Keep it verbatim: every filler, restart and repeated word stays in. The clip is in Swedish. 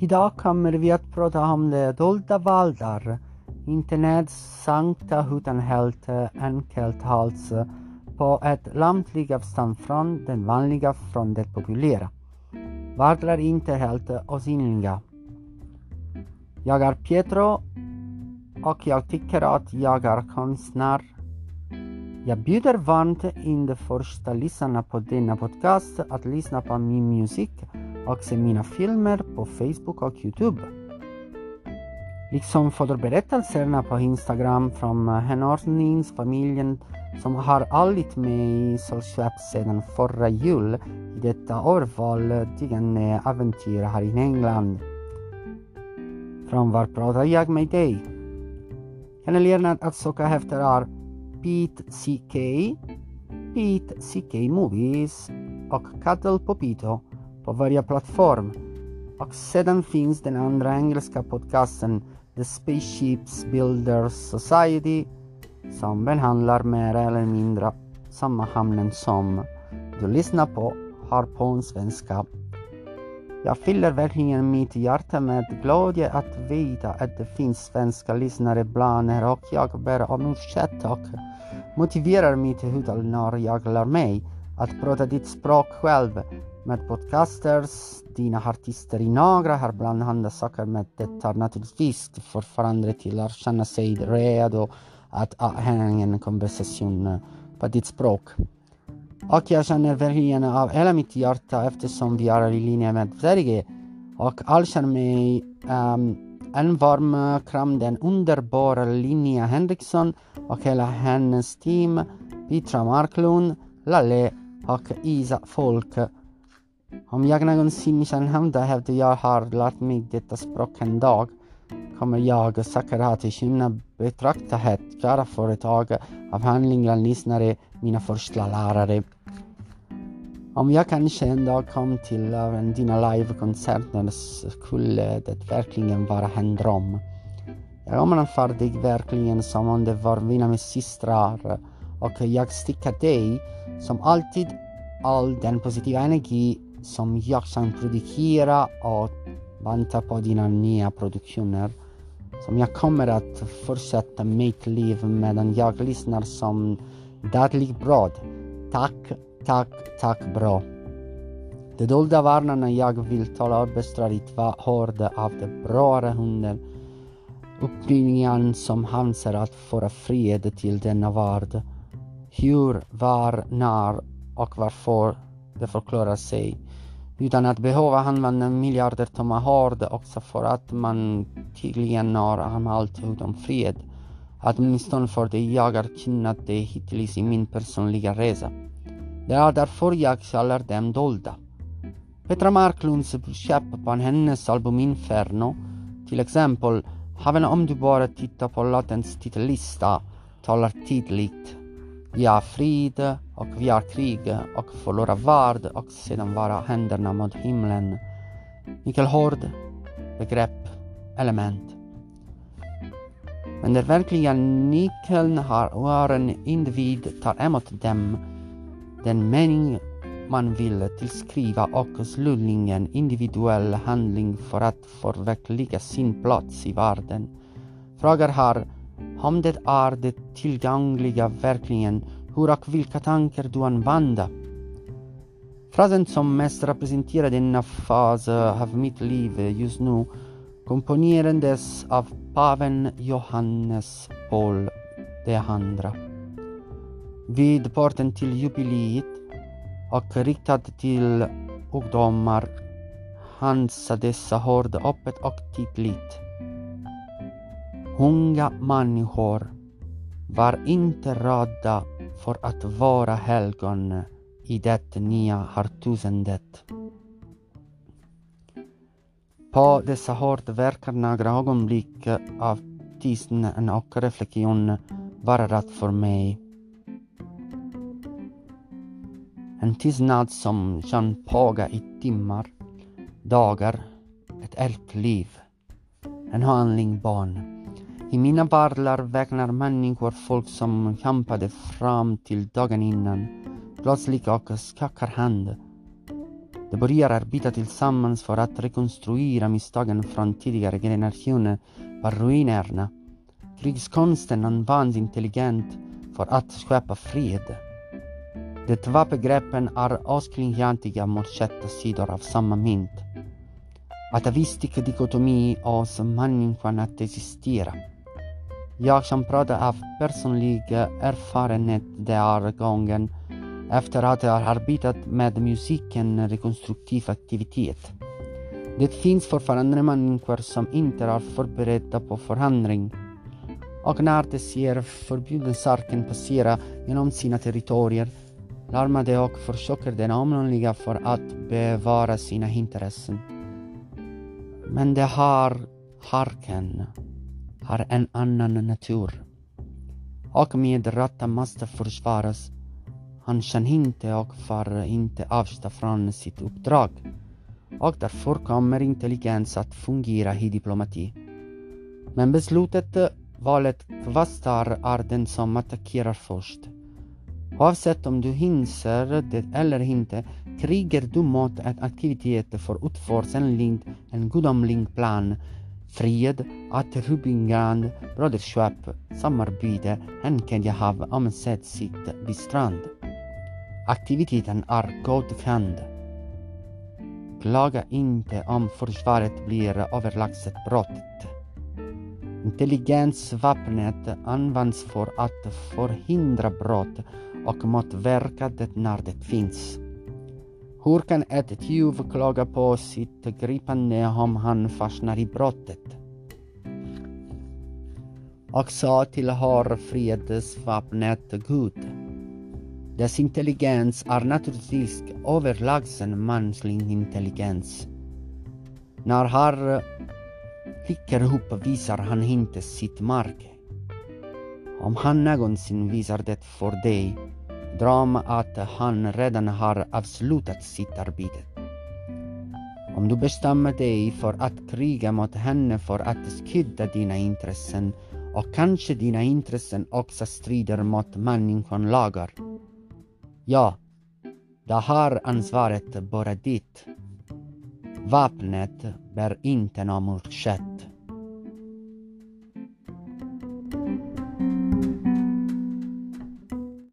Idag kommer vi att prata om de dolda världar, internets sankta utan helt enkelt hals på ett långt avstånd från den vanliga från det populära. Världar inte helt osynliga. Jag är Pietro och jag tycker att jag är konstnär. Jag bjuder varmt in de första lyssnarna på denna podcast att lyssna på min musik och se mina filmer på Facebook och YouTube. Liksom fotoberättelserna på Instagram från Henårsningsfamiljen som har allit mig som släppts sedan förra jul i detta årvaldigande äventyr här i England. Från var pratar jag med dig? Kanalen att söka efter är Pete C K, Pete C K Movies och Cattle Popito på varje plattform. Och sedan finns den andra engelska podcasten The Spaceships Builders Society som behandlar mer eller mindre samma ämnen som du lyssnar på har på svenska. Jag fyller verkligen mitt hjärta med glädje att veta att det finns svenska lyssnare bland er och jag ber om ursäkt och motiverar mitt uttal när jag lär mig att prata ditt språk själv med podcasters, dina artister i några har bland andra saker med det tar naturligtvis fortfarande till att känna sig redo att hänga en konversation på ditt språk. Och jag känner verkligen av hela mitt hjärta eftersom vi är i linje med Sverige och önskar mig um, en varm kram den underbara Linnea Henriksson och hela hennes team, Petra Marklund, Lalle och Isa Folk. Om jag någonsin kan hävda att jag har lärt mig detta språk en dag kommer jag säkert att kunna betrakta ett klara företag av handlingar lyssnare mina första lärare. Om jag kanske en dag kom till en dina livekonserter skulle det verkligen vara en dröm. Jag omfattar dig verkligen som om det var mina med systrar och jag stickar dig som alltid all den positiva energi som jag kan producera och vänta på dina nya produktioner som jag kommer att fortsätta mitt liv medan jag lyssnar som daglig bröd. Tack, tack, tack bra. De dolda världarna jag vill tala bestradigt var hörde av de bra hunden uppbyggningen som hanser att föra fred till denna värld. Hur, var, när och varför det förklarar sig utan att behöva använda miljarder tomma hård också för att man tydligen når allt utom fred. Åtminstone för det jag har kunnat det hittills i min personliga resa. Det är därför jag kallar dem dolda. Petra Marklunds budskap på hennes album Inferno till exempel, även om du bara tittar på låtens titellista, talar tydligt. Vi är frid och vi är krig och förlora värld och sedan vara händerna mot himlen. Mycket hård, begrepp, element. Men det verkligen nyckeln har en individ tar emot dem, den mening man vill tillskriva och slutligen individuell handling för att förverkliga sin plats i världen. Frågar här om det är det tillgängliga verkligen, hur och vilka tankar du använder. Frasen som mest representerar denna fas av mitt liv just nu komponerades av paven Johannes Paul det andra. Vid porten till jubileet och riktad till ungdomar han sa dessa ord öppet och tydligt. Unga människor, var inte rädda för att vara helgon i det nya årtusendet. På dessa ord verkar några ögonblick av tystnad och reflektion vara rätt för mig. En tystnad som kan påga i timmar, dagar, ett helt liv. En handling barn. I mina världar vägnar människor folk som kämpade fram till dagen innan, plötsligt och skakar hand. De börjar arbeta tillsammans för att rekonstruera misstagen från tidigare generationer på ruinerna. Krigskonsten används intelligent för att skapa fred. De två begreppen är oskiljaktiga motsatta sidor av samma mynt. Atavistisk dikotomi hos människan att existera. Jag som pratar av personlig erfarenhet den här gången efter att jag har arbetat med musiken rekonstruktiv aktivitet. Det finns fortfarande människor som inte är förberedda på förändring. Och när de ser förbjuden saken passera genom sina territorier larmade och försöker den omlänliga för att bevara sina intressen. Men det här harken har en annan natur. Och med rätta måste försvaras. Han kan inte och får inte avstå från sitt uppdrag. Och därför kommer intelligens att fungera i diplomati. Men beslutet valet kvastar är den som attackerar först. Oavsett om du inser det eller inte, krigar du mot en aktivitet för utförselning, en gudomlig plan, fred, återuppbyggande, broderskap, samarbete, en kedja av omsett sitt bestand. Aktiviteten är godkänd. Klaga inte om försvaret blir överlägset brottet. Intelligensvapnet används för att förhindra brott och motverka det när det finns. Hur kan ett tjuv klaga på sitt gripande om han fastnar i brottet? Och så tillhör fredsvapnet Gud. Dess intelligens är naturligtvis överlägsen mänsklig intelligens. När han klickar upp visar han inte sitt märke. Om han någonsin visar det för dig, dröm att han redan har avslutat sitt arbete. Om du bestämmer dig för att kriga mot henne för att skydda dina intressen och kanske dina intressen också strider mot människans lagar. Ja, det här ansvaret bara ditt. Vapnet bär inte någon ursäkt.